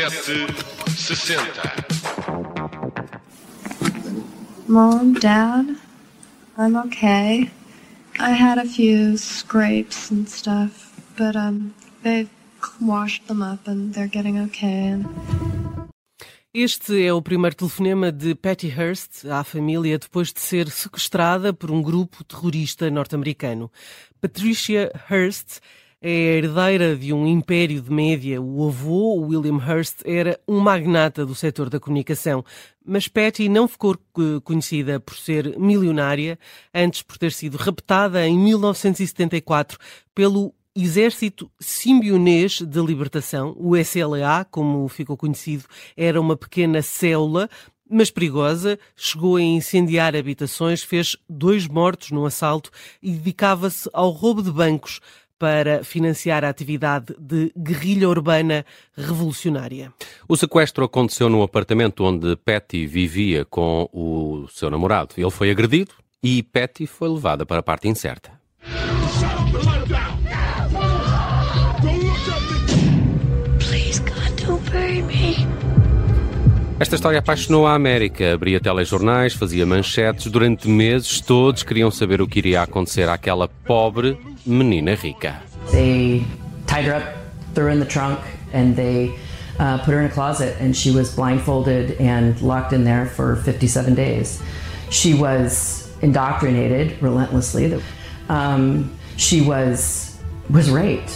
1760. Mom, Dad, I'm okay. I had a few scrapes and stuff, but they've washed them up and they're getting okay. Este é o primeiro telefonema de Patty Hearst à família depois de ser sequestrada por um grupo terrorista norte-americano. Patricia Hearst é a herdeira de um império de média. O avô, William Hearst, era um magnata do setor da comunicação. Mas Patty não ficou conhecida por ser milionária, antes por ter sido raptada em 1974 pelo Exército Simbionês de Libertação, o SLA, como ficou conhecido, era uma pequena célula, mas perigosa, chegou a incendiar habitações, fez 2 mortos num assalto e dedicava-se ao roubo de bancos para financiar a atividade de guerrilha urbana revolucionária. O sequestro aconteceu no apartamento onde Patty vivia com o seu namorado. Ele foi agredido e Patty foi levada para a parte incerta. Esta história apaixonou a América, abria telejornais, fazia manchetes. Durante meses todos queriam saber o que iria acontecer àquela pobre menina rica. They tied her up, threw her in the trunk and they put her in a closet and she was blindfolded and locked in there for 57 days. She was indoctrinated relentlessly. She was raped.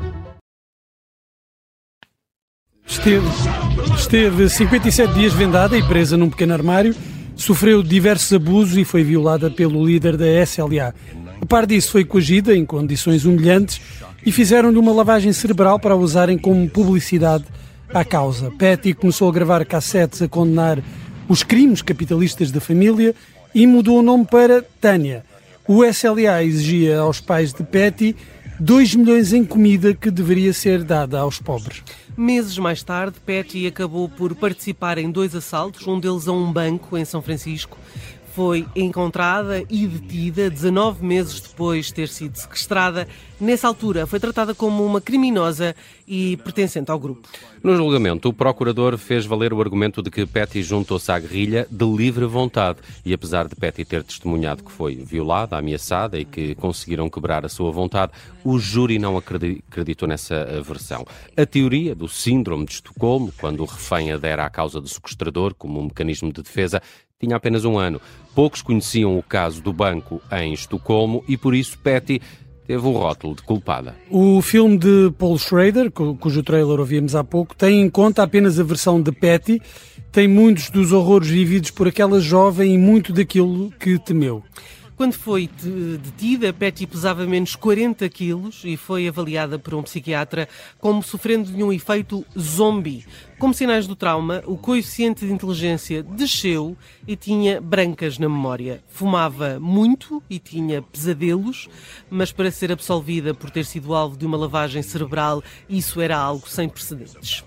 Esteve 57 dias vendada e presa num pequeno armário, sofreu diversos abusos e foi violada pelo líder da SLA. A par disso, foi coagida em condições humilhantes e fizeram-lhe uma lavagem cerebral para a usarem como publicidade à causa. Patty começou a gravar cassetes a condenar os crimes capitalistas da família e mudou o nome para Tânia. O SLA exigia aos pais de Patty 2 milhões em comida que deveria ser dada aos pobres. Meses mais tarde, Patty acabou por participar em 2 assaltos, um deles a um banco em São Francisco. Foi encontrada e detida 19 meses depois de ter sido sequestrada. Nessa altura, foi tratada como uma criminosa e pertencente ao grupo. No julgamento, o procurador fez valer o argumento de que Patty juntou-se à guerrilha de livre vontade e, apesar de Patty ter testemunhado que foi violada, ameaçada e que conseguiram quebrar a sua vontade, o júri não acreditou nessa versão. A teoria do síndrome de Estocolmo, quando o refém adere à causa do sequestrador como um mecanismo de defesa, tinha apenas 1 ano. Poucos conheciam o caso do banco em Estocolmo e, por isso, Patty teve o rótulo de culpada. O filme de Paul Schrader, cujo trailer ouvimos há pouco, tem em conta apenas a versão de Patty, tem muitos dos horrores vividos por aquela jovem e muito daquilo que temeu. Quando foi detida, Patty pesava menos 40 quilos e foi avaliada por um psiquiatra como sofrendo de um efeito zombie. Como sinais do trauma, o coeficiente de inteligência desceu e tinha brancas na memória. Fumava muito e tinha pesadelos, mas para ser absolvida por ter sido alvo de uma lavagem cerebral, isso era algo sem precedentes.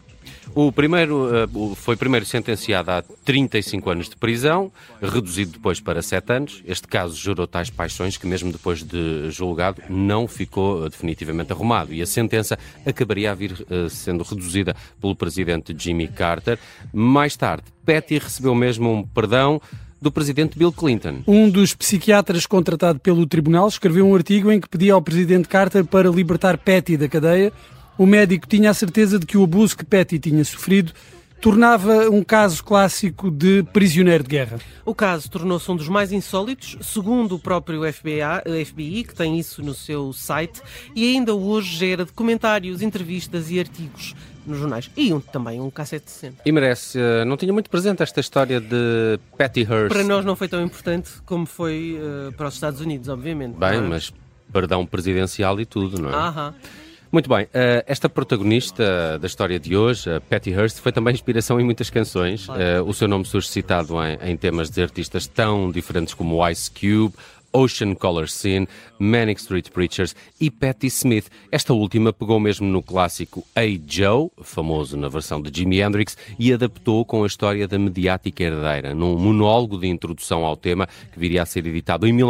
Foi primeiro sentenciado a 35 anos de prisão, reduzido depois para 7 anos. Este caso gerou tais paixões que, mesmo depois de julgado, não ficou definitivamente arrumado. E a sentença acabaria a vir sendo reduzida pelo presidente Jimmy Carter. Mais tarde, Patty recebeu mesmo um perdão do presidente Bill Clinton. Um dos psiquiatras contratado pelo tribunal escreveu um artigo em que pedia ao presidente Carter para libertar Patty da cadeia. O médico tinha a certeza de que o abuso que Patty tinha sofrido tornava um caso clássico de prisioneiro de guerra. O caso tornou-se um dos mais insólitos, segundo o próprio FBI, que tem isso no seu site, e ainda hoje gera documentários, entrevistas e artigos nos jornais. E também um cassete de 60. E merece. Não tinha muito presente esta história de Patty Hearst. Para nós não foi tão importante como foi para os Estados Unidos, obviamente. Bem, mas perdão presidencial e tudo, não é? Aham. Muito bem, esta protagonista da história de hoje, a Patty Hearst, foi também inspiração em muitas canções. Claro. O seu nome surge citado em temas de artistas tão diferentes como Ice Cube, Ocean Color Scene, Manic Street Preachers e Patti Smith. Esta última pegou mesmo no clássico Hey Joe, famoso na versão de Jimi Hendrix, e adaptou com a história da mediática herdeira, num monólogo de introdução ao tema que viria a ser editado em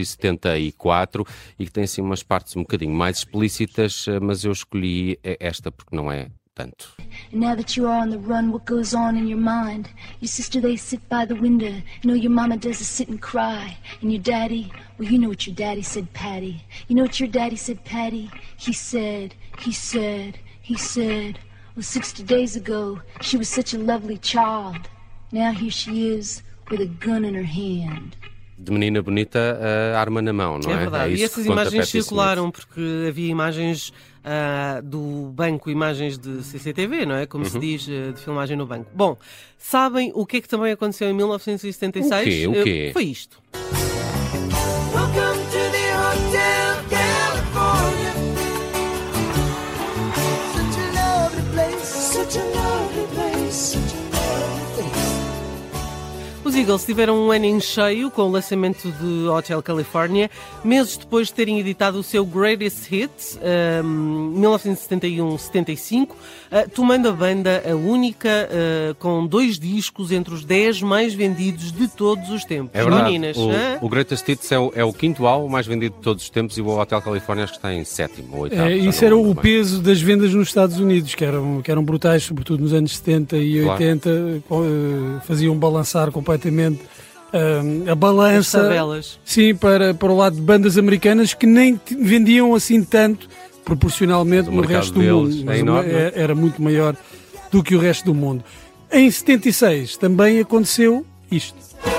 1974 e que tem assim umas partes um bocadinho mais explícitas, mas eu escolhi esta porque não é tanto. And now that you are on the run, what goes on in your mind? Your sister, they sit by the window. You know your mama does is sit and cry. And your daddy, well, you know what your daddy said, Patty. You know what your daddy said, Patty? He said, well, 60 days ago, she was such a lovely child. Now here she is, with a gun in her hand. De menina bonita, a arma na mão, não é? É verdade. E essas imagens circularam porque havia imagens do banco, imagens de CCTV, não é? Como se diz, de filmagem no banco. Bom, sabem o que é que também aconteceu em 1976? O quê? Foi isto. Welcome to the Hotel California. Such a lovely place, such a lovely place, such a lovely place. Os Eagles tiveram um ano em cheio com o lançamento de Hotel California, meses depois de terem editado o seu Greatest Hits, 1971-75, tomando a banda a única com 2 discos entre os 10 mais vendidos de todos os tempos. É verdade. Meninas, O Greatest Hits é o 5º álbum mais vendido de todos os tempos e o Hotel California acho que está em 7º ou 8º. Isso era o peso das vendas nos Estados Unidos, que eram brutais, sobretudo nos anos 70 e 80, faziam balançar completamente a balança, sim, para o lado de bandas americanas que nem vendiam assim tanto proporcionalmente no resto do mundo, mas era muito maior do que o resto do mundo. Em 76 também aconteceu isto.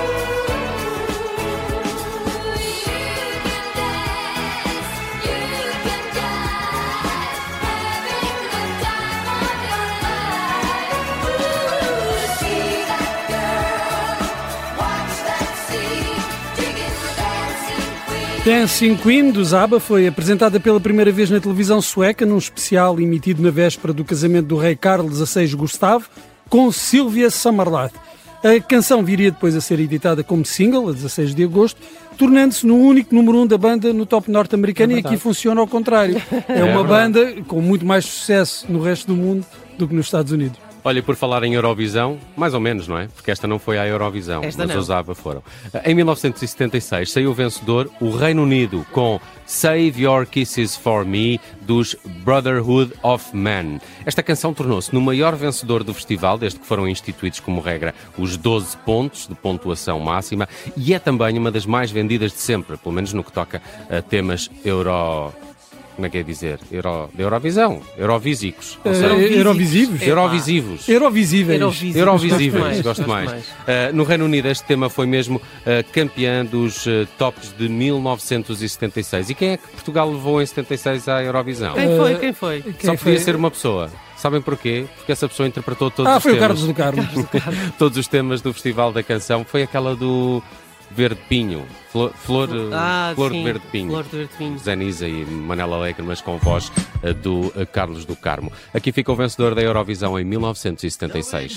Dancing Queen, dos ABBA, foi apresentada pela primeira vez na televisão sueca, num especial emitido na véspera do casamento do rei Carlos XVI Gustavo, com Sylvia Sommerlath. A canção viria depois a ser editada como single, a 16 de agosto, tornando-se no único número 1 da banda no top norte-americano, e aqui funciona ao contrário. É uma banda com muito mais sucesso no resto do mundo do que nos Estados Unidos. Olha, por falar em Eurovisão, mais ou menos, não é? Porque esta não foi à Eurovisão, mas os ABBA foram. Em 1976 saiu o vencedor, o Reino Unido, com Save Your Kisses For Me, dos Brotherhood of Man. Esta canção tornou-se no maior vencedor do festival, desde que foram instituídos como regra os 12 pontos de pontuação máxima, e é também uma das mais vendidas de sempre, pelo menos no que toca a temas Como é que é dizer? Eurovisão. Eurovisicos. Eurovisivos? Eurovisíveis, gosto mais. No Reino Unido este tema foi mesmo campeão dos tops de 1976. E quem é que Portugal levou em 76 à Eurovisão? Quem foi? Só podia ser uma pessoa. Sabem porquê? Porque essa pessoa interpretou todos os temas. Foi o Carlos do Carmo. Todos os temas do Festival da Canção. Foi aquela do Verde Pinho. Flor de Verde Pinho. Flor de Verde Pinho. Zé Nisa e Manela Alegre, mas com voz do Carlos do Carmo. Aqui fica o vencedor da Eurovisão em 1976.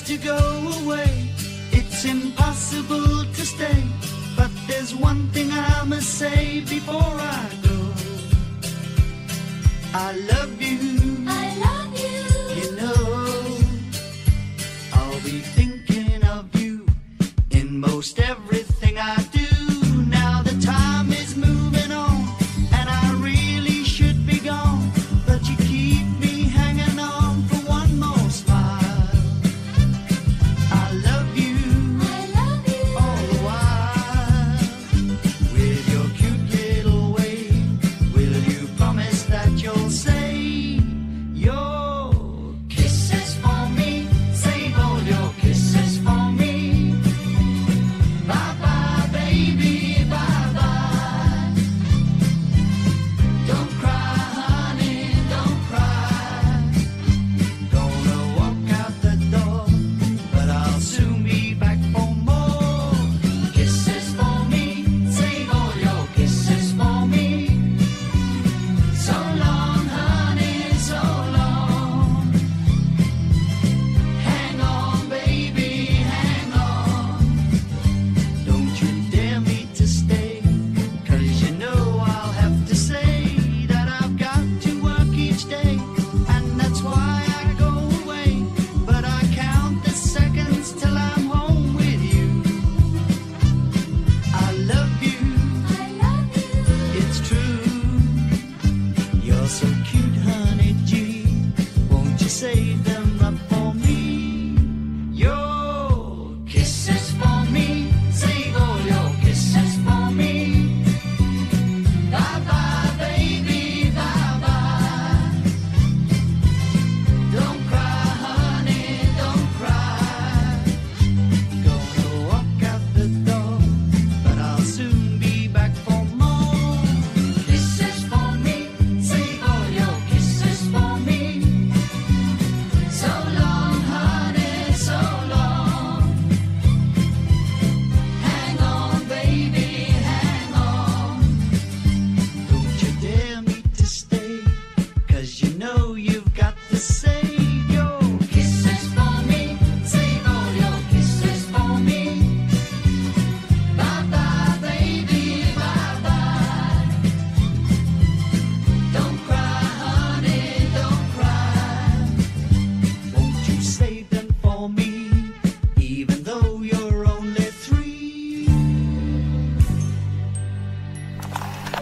Most everything I do, now the time is moving on, and I really should be gone, but you keep me hanging on for one more smile. I love you all the while, with your cute little way. Will you promise that you'll say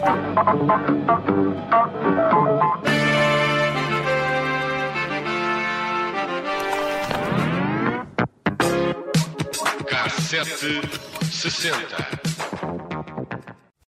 Cassete 60.